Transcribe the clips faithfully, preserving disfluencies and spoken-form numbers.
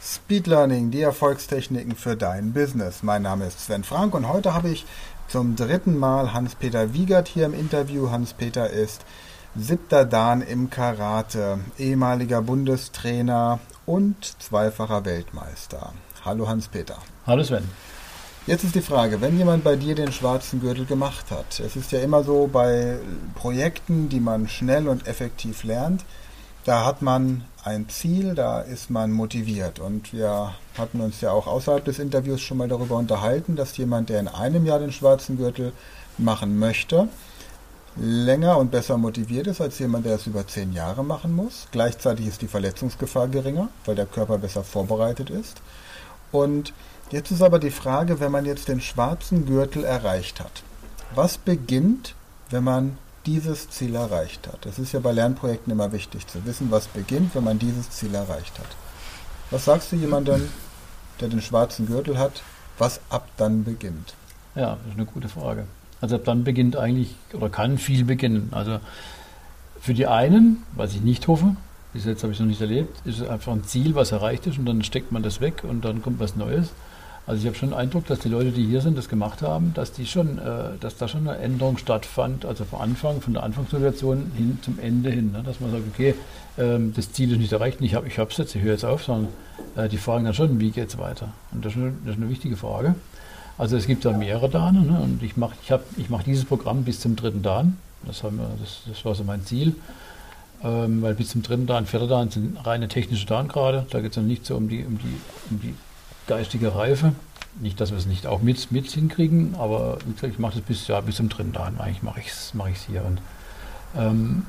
Speed Learning, die Erfolgstechniken für dein Business. Mein Name ist Sven Frank und heute habe ich zum dritten Mal Hans-Peter Wiegert hier im Interview. Hans-Peter ist siebter Dan im Karate, ehemaliger Bundestrainer und zweifacher Weltmeister. Hallo Hans-Peter. Hallo Sven. Jetzt ist die Frage, wenn jemand bei dir den schwarzen Gürtel gemacht hat, es ist ja immer so bei Projekten, die man schnell und effektiv lernt, da hat man ein Ziel, da ist man motiviert. Und wir hatten uns ja auch außerhalb des Interviews schon mal darüber unterhalten, dass jemand, der in einem Jahr den schwarzen Gürtel machen möchte, länger und besser motiviert ist als jemand, der es über zehn Jahre machen muss. Gleichzeitig ist die Verletzungsgefahr geringer, weil der Körper besser vorbereitet ist. Und jetzt ist aber die Frage, wenn man jetzt den schwarzen Gürtel erreicht hat, was beginnt, wenn man dieses Ziel erreicht hat? Es ist ja bei Lernprojekten immer wichtig zu wissen, was beginnt, wenn man dieses Ziel erreicht hat. Was sagst du jemandem, der den schwarzen Gürtel hat, was ab dann beginnt? Ja, das ist eine gute Frage. Also ab dann beginnt eigentlich, oder kann viel beginnen. Also für die einen, was ich nicht hoffe, bis jetzt habe ich es noch nicht erlebt, ist es einfach ein Ziel, was erreicht ist und dann steckt man das weg und dann kommt was Neues. Also ich habe schon den Eindruck, dass die Leute, die hier sind, das gemacht haben, dass die schon, äh, dass da schon eine Änderung stattfand, also vom Anfang, von der Anfangssituation hin zum Ende hin, ne? Dass man sagt, okay, ähm, das Ziel ist nicht erreicht, ich habe ich es jetzt, ich höre jetzt auf, sondern äh, die fragen dann schon, wie geht es weiter? Und das ist, eine, das ist eine wichtige Frage. Also es gibt da mehrere Dane, ne? Und ich mache ich ich mach dieses Programm bis zum dritten Dan, das, haben wir, das, das war so mein Ziel, ähm, weil bis zum dritten Dan, vierter Dan sind reine technische Dan gerade, da geht es dann nicht so um die, um die, um die geistige Reife. Nicht, dass wir es nicht auch mit, mit hinkriegen, aber wie gesagt, ich mache das bis, ja, bis zum dritten Dan. Eigentlich mache ich es mach hier. Und, ähm,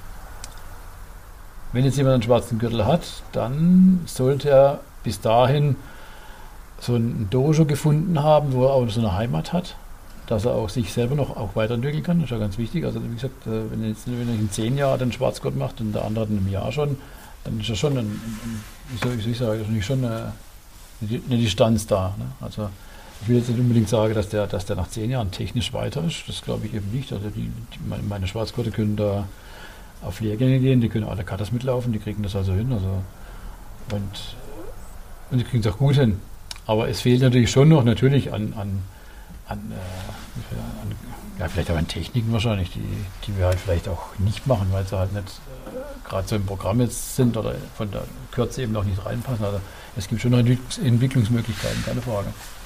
wenn jetzt jemand einen schwarzen Gürtel hat, dann sollte er bis dahin so ein Dojo gefunden haben, wo er auch so eine Heimat hat, dass er auch sich selber noch auch weiterentwickeln kann. Das ist ja ganz wichtig. Also wie gesagt, wenn er jetzt wenn er in zehn Jahren den Schwarzgurt macht und der andere in einem Jahr schon, dann ist er schon ein, ein, wie soll ich sagen, ist nicht schon eine eine Distanz da. Ne? Also ich will jetzt nicht unbedingt sagen, dass der, dass der nach zehn Jahren technisch weiter ist. Das glaube ich eben nicht. Also die, die, meine Schwarzgurte können da auf Lehrgänge gehen, die können alle Katas mitlaufen, die kriegen das also hin. Also und, und die kriegen es auch gut hin. Aber es fehlt natürlich schon noch natürlich an, an, an, äh, an ja, vielleicht auch an Techniken wahrscheinlich, die, die wir halt vielleicht auch nicht machen, weil sie halt nicht äh, gerade so im Programm jetzt sind oder von der Kürze eben auch nicht reinpassen. Also es gibt schon noch Entwicklungsmöglichkeiten, keine Frage.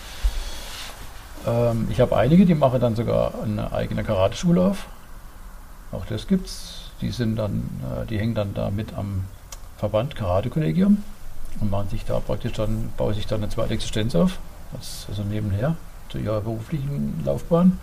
Ähm, ich habe einige, die machen dann sogar eine eigene Karateschule auf. Auch das gibt's. Die sind dann, äh, die hängen dann da mit am Verband Karate-Kollegium und machen sich da praktisch dann, bauen sich dann eine zweite Existenz auf. Das ist also nebenher zu ihrer beruflichen Laufbahn.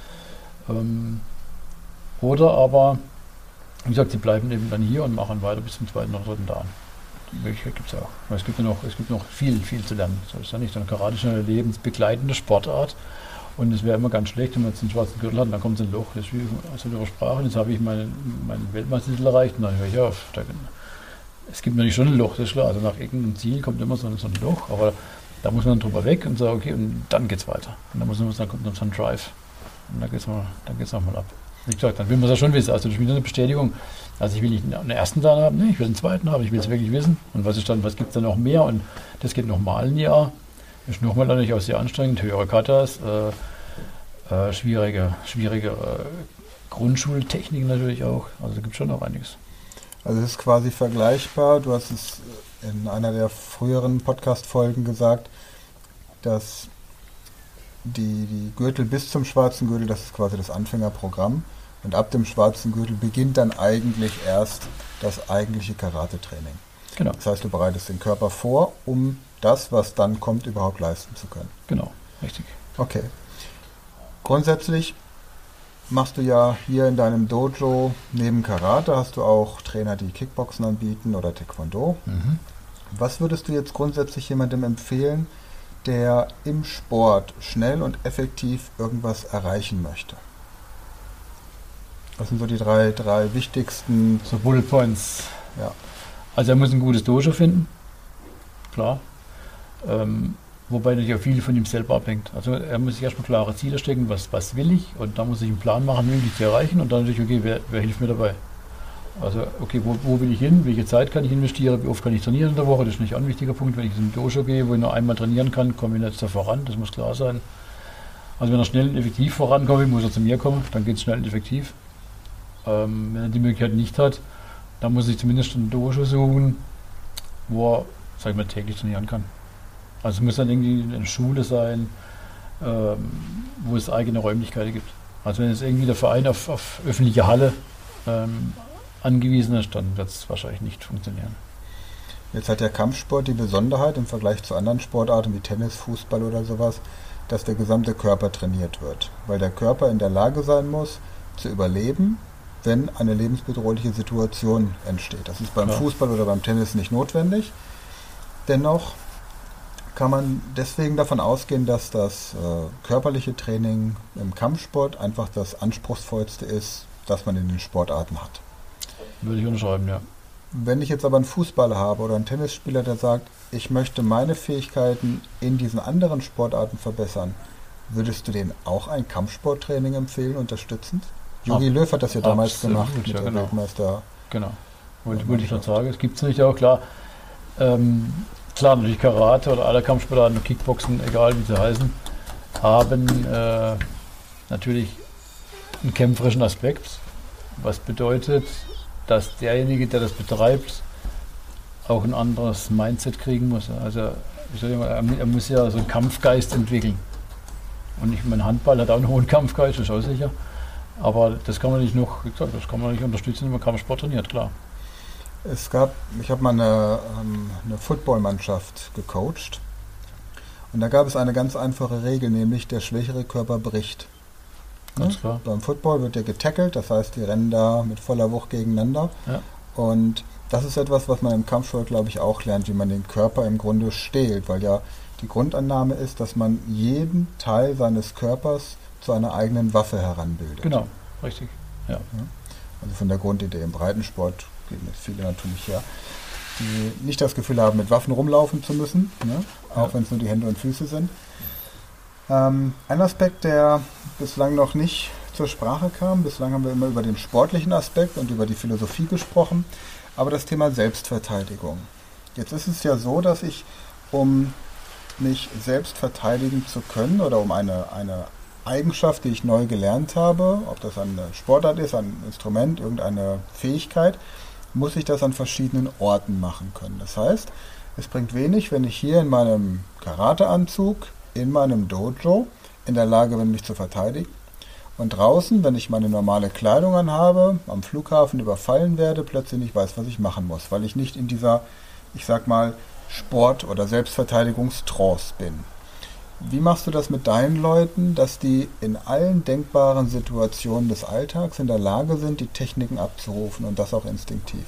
Ähm, oder aber, wie gesagt, sie bleiben eben dann hier und machen weiter bis zum zweiten oder dritten Dan. Die Möglichkeit gibt es auch. Es gibt ja noch, es gibt noch viel, viel zu lernen. Das ist ja nicht so eine Karate ist eine lebensbegleitende Sportart. Und es wäre immer ganz schlecht, wenn man jetzt einen schwarzen Gürtel hat und dann kommt so ein Loch. Das ist wie aus der Sprache. Jetzt habe ich meinen, meinen Weltmeistertitel erreicht und dann höre ich auf. Da, es gibt natürlich schon ein Loch, das ist klar. Also nach irgendeinem Ziel kommt immer so ein, so ein Loch. Aber da muss man dann drüber weg und sagen, okay, und dann geht es weiter. Und dann, muss man, dann kommt dann so ein Drive. Und dann geht es dann geht's nochmal ab. Wie gesagt, dann will man es ja schon wissen. Also das ist wieder eine Bestätigung. Also ich will nicht einen ersten Dan haben, nee, ich will einen zweiten haben, ich will es wirklich wissen. Und was ist dann, was gibt es dann noch mehr? Und das geht nochmal ein Jahr. Das ist nochmal natürlich auch sehr anstrengend, höhere Katas, äh, äh, schwierige, schwierige äh, Grundschultechniken natürlich auch. Also da gibt es schon noch einiges. Also es ist quasi vergleichbar. Du hast es in einer der früheren Podcast-Folgen gesagt, dass die, die Gürtel bis zum schwarzen Gürtel, das ist quasi das Anfängerprogramm. Und ab dem schwarzen Gürtel beginnt dann eigentlich erst das eigentliche Karate-Training. Genau. Das heißt, du bereitest den Körper vor, um das, was dann kommt, überhaupt leisten zu können. Genau, richtig. Okay. Grundsätzlich machst du ja hier in deinem Dojo neben Karate, hast du auch Trainer, die Kickboxen anbieten oder Taekwondo. Mhm. Was würdest du jetzt grundsätzlich jemandem empfehlen, der im Sport schnell und effektiv irgendwas erreichen möchte? Was sind so die drei, drei wichtigsten... So Bullet Points. Ja. Also er muss ein gutes Dojo finden, klar. Ähm, wobei natürlich auch viel von ihm selber abhängt. Also er muss sich erstmal klare Ziele stecken, was, was will ich, und dann muss ich einen Plan machen, wie ich die erreichen, und dann natürlich, okay, wer, wer hilft mir dabei? Also, okay, wo, wo will ich hin? Welche Zeit kann ich investieren? Wie oft kann ich trainieren in der Woche? Das ist nicht ein wichtiger Punkt. Wenn ich in den Dojo gehe, wo ich nur einmal trainieren kann, komme ich nicht so voran. Das muss klar sein. Also, wenn er schnell und effektiv vorankommt, muss er zu mir kommen. Dann geht es schnell und effektiv. Ähm, wenn er die Möglichkeit nicht hat, dann muss ich zumindest einen Dojo suchen, wo er, sag ich mal, täglich trainieren kann. Also, es muss dann irgendwie eine Schule sein, ähm, wo es eigene Räumlichkeiten gibt. Also, wenn jetzt irgendwie der Verein auf, auf öffentliche Halle ähm, angewiesen ist, dann wird es wahrscheinlich nicht funktionieren. Jetzt hat der Kampfsport die Besonderheit im Vergleich zu anderen Sportarten wie Tennis, Fußball oder sowas, dass der gesamte Körper trainiert wird, weil der Körper in der Lage sein muss, zu überleben, wenn eine lebensbedrohliche Situation entsteht. Das ist beim ja. Fußball oder beim Tennis nicht notwendig. Dennoch kann man deswegen davon ausgehen, dass das äh, körperliche Training im Kampfsport einfach das anspruchsvollste ist, das man in den Sportarten hat. Würde ich unterschreiben, ja. Wenn ich jetzt aber einen Fußballer habe oder einen Tennisspieler, der sagt, ich möchte meine Fähigkeiten in diesen anderen Sportarten verbessern, würdest du denen auch ein Kampfsporttraining empfehlen, unterstützend? Jogi Ab, Löw hat das ja damals absolut, gemacht mit ja, der genau. Weltmeister. Genau, wollte, wollte ich noch sagen, es gibt es nicht auch, klar. Ähm, klar, natürlich Karate oder alle Kampfsportarten, Kickboxen, egal wie sie heißen, haben äh, natürlich einen kämpferischen Aspekt, was bedeutet, dass derjenige, der das betreibt, auch ein anderes Mindset kriegen muss. Also ich sag mal, er muss ja so einen Kampfgeist entwickeln. Und ich mein Handball hat auch einen hohen Kampfgeist, das ist auch sicher. Aber das kann man nicht noch, wie gesagt, das kann man nicht unterstützen, wenn man Kampfsport trainiert, klar. Es gab, ich habe mal eine, eine Footballmannschaft gecoacht und da gab es eine ganz einfache Regel, nämlich der schwächere Körper bricht. Ganz ne? klar. Beim Football wird ja getackelt, das heißt, die rennen da mit voller Wucht gegeneinander. Ja. Und das ist etwas, was man im Kampfsport, glaube ich, auch lernt, wie man den Körper im Grunde stählt, weil ja die Grundannahme ist, dass man jeden Teil seines Körpers zu einer eigenen Waffe heranbildet. Genau, richtig. Ja. Also von der Grundidee im Breitensport geben jetzt viele natürlich her, die nicht das Gefühl haben, mit Waffen rumlaufen zu müssen, ne? Auch ja. wenn es nur die Hände und Füße sind. Ähm, ein Aspekt, der bislang noch nicht zur Sprache kam, bislang haben wir immer über den sportlichen Aspekt und über die Philosophie gesprochen, aber das Thema Selbstverteidigung. Jetzt ist es ja so, dass ich, um mich selbst verteidigen zu können oder um eine, eine Eigenschaft, die ich neu gelernt habe, ob das eine Sportart ist, ein Instrument, irgendeine Fähigkeit, muss ich das an verschiedenen Orten machen können. Das heißt, es bringt wenig, wenn ich hier in meinem Karateanzug, in meinem Dojo in der Lage bin, mich zu verteidigen und draußen, wenn ich meine normale Kleidung anhabe, am Flughafen überfallen werde, plötzlich nicht weiß, was ich machen muss, weil ich nicht in dieser, ich sag mal, Sport- oder Selbstverteidigungstrance bin. Wie machst du das mit deinen Leuten, dass die in allen denkbaren Situationen des Alltags in der Lage sind, die Techniken abzurufen und das auch instinktiv?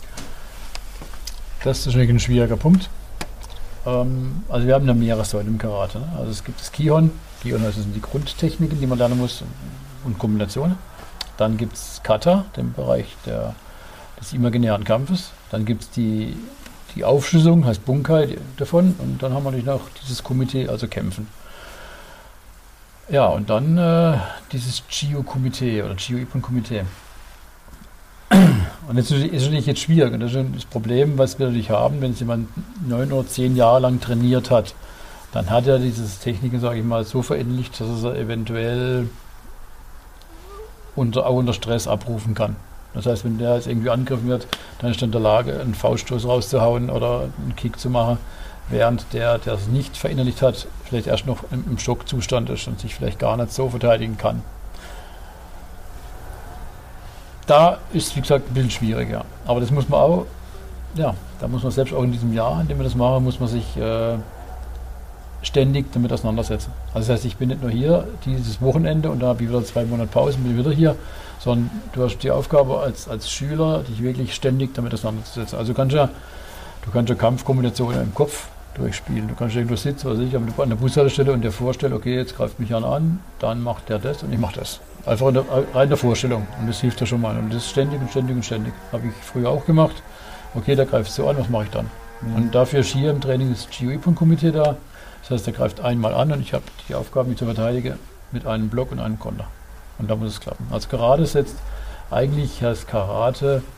Das ist natürlich ein schwieriger Punkt. Ähm, also wir haben ja mehrere Säulen im Karate. Ne? Also es gibt das Kihon. Kihon, das sind die Grundtechniken, die man lernen muss und Kombinationen. Dann gibt es Kata, den Bereich der, des imaginären Kampfes. Dann gibt es die Die Aufschlüsselung, heißt Bunkai davon, und dann haben wir natürlich noch dieses Komitee, also Kämpfen. Ja, und dann äh, dieses Chiyo-Komitee oder Chiyo-Ippon-Komitee. Und das ist natürlich jetzt schwierig. Und das ist das Problem, was wir natürlich haben, wenn jemand neun oder zehn Jahre lang trainiert hat, dann hat er diese Techniken, sage ich mal, so verinnerlicht, dass er eventuell unter, auch unter Stress abrufen kann. Das heißt, wenn der jetzt irgendwie angegriffen wird, dann ist er in der Lage, einen Fauststoß rauszuhauen oder einen Kick zu machen, während der, der es nicht verinnerlicht hat, vielleicht erst noch im, im Schockzustand ist und sich vielleicht gar nicht so verteidigen kann. Da ist es, wie gesagt, ein bisschen schwieriger. Aber das muss man auch, ja, da muss man selbst auch in diesem Jahr, in dem wir das machen, muss man sich äh, ständig damit auseinandersetzen. Also das heißt, ich bin nicht nur hier dieses Wochenende und da habe ich wieder zwei Monate Pause und bin wieder hier, sondern du hast die Aufgabe als, als Schüler, dich wirklich ständig damit auseinanderzusetzen. Also du kannst ja, du kannst ja Kampfkombinationen im Kopf durchspielen. Du kannst irgendwo sitzen, was weiß ich, an der Bushaltestelle und dir vorstellen, okay, jetzt greift mich einer an, dann macht der das und ich mache das. Einfach in der, rein in der Vorstellung. Und das hilft ja schon mal. Und das ständig und ständig und ständig. Habe ich früher auch gemacht. Okay, der greift so an, was mache ich dann? Mhm. Und dafür ist hier im Training das Chiyo-Ippon-Komitee da. Das heißt, der greift einmal an und ich habe die Aufgabe, mich zu verteidigen mit einem Block und einem Konter. Und da muss es klappen. Also Karate setzt, eigentlich heißt Karate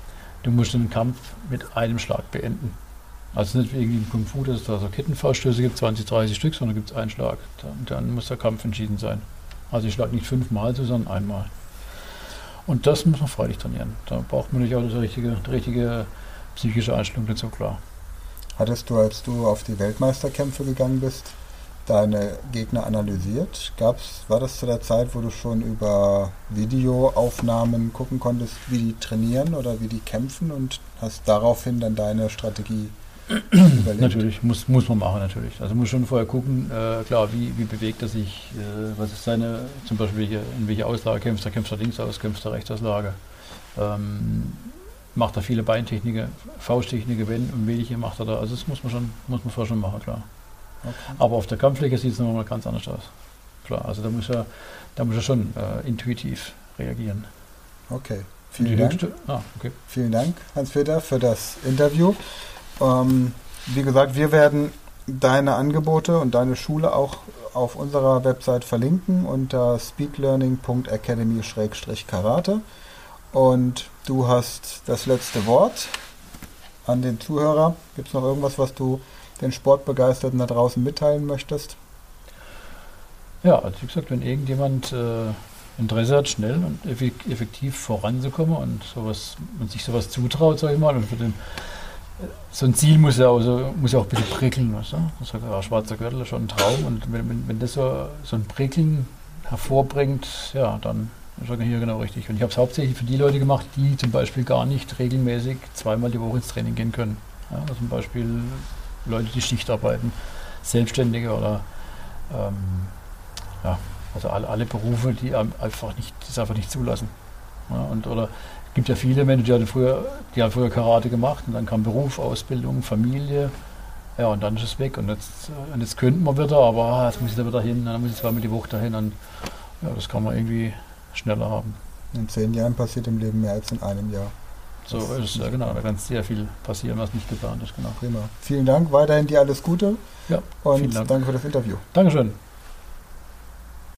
du musst den Kampf mit einem Schlag beenden. Also nicht wie irgendwie im Kung Fu, dass es da so Kettenfausstöße gibt, zwanzig, dreißig Stück, sondern gibt es einen Schlag. Dann, dann muss der Kampf entschieden sein. Also ich schlage nicht fünfmal zu, sondern einmal. Und das muss man freilich trainieren. Da braucht man natürlich auch die richtige, die richtige psychische Einstellung dazu, klar. Hattest du, als du auf die Weltmeisterkämpfe gegangen bist, deine Gegner analysiert? Gab's, war das zu der Zeit, wo du schon über Videoaufnahmen gucken konntest, wie die trainieren oder wie die kämpfen und hast daraufhin dann deine Strategie überlegt? Natürlich, muss, muss man machen natürlich. Also muss schon vorher gucken, äh, klar, wie, wie bewegt er sich, äh, was ist seine, zum Beispiel welche, in welche Auslage kämpft er, kämpft er links aus, kämpft er rechts Auslage. Ähm, macht er viele Beintechniken, Fausttechniken, wenn und welche macht er da. Also das muss man schon, muss man vorher schon machen, klar. Okay. Aber auf der Kampffläche sieht es nochmal ganz anders aus. Klar, also da muss er, da muss er schon äh, intuitiv reagieren. Okay, vielen Dank. Höchste, ah, okay. Vielen Dank, Hans-Peter, für das Interview. Ähm, wie gesagt, wir werden deine Angebote und deine Schule auch auf unserer Website verlinken unter speedlearning punkt academy slash karate. Und du hast das letzte Wort an den Zuhörer. Gibt es noch irgendwas, was du den Sportbegeisterten da draußen mitteilen möchtest? Ja, also wie gesagt, wenn irgendjemand äh, Interesse hat, schnell und effektiv voranzukommen und sowas und sich sowas zutraut, sag ich mal, und für den, so ein Ziel muss ja auch, so, muss ja auch ein bisschen prickeln. Weißt du? Das ist ja, schwarzer Gürtel ist schon ein Traum und wenn, wenn, wenn das so, so ein Prickeln hervorbringt, ja, dann ist er hier genau richtig. Und ich habe es hauptsächlich für die Leute gemacht, die zum Beispiel gar nicht regelmäßig zweimal die Woche ins Training gehen können. Ja, also zum Beispiel Leute, die Schicht arbeiten, Selbstständige oder ähm, ja, also alle, alle Berufe, die einfach nicht, das einfach nicht zulassen. Ja, und oder es gibt ja viele Menschen, die hatten früher, die haben früher Karate gemacht und dann kam Beruf, Ausbildung, Familie, ja und dann ist es weg und jetzt, und jetzt könnten wir wieder, aber ah, jetzt muss ich da wieder hin, dann muss ich zweimal die Woche dahin und ja, das kann man irgendwie schneller haben. In zehn Jahren passiert im Leben mehr als in einem Jahr. So ist es, ja genau, da kann sehr viel passieren, was nicht geplant ist, genau. Prima. Vielen Dank, weiterhin dir alles Gute ja, und Dank. danke für das Interview. Dankeschön.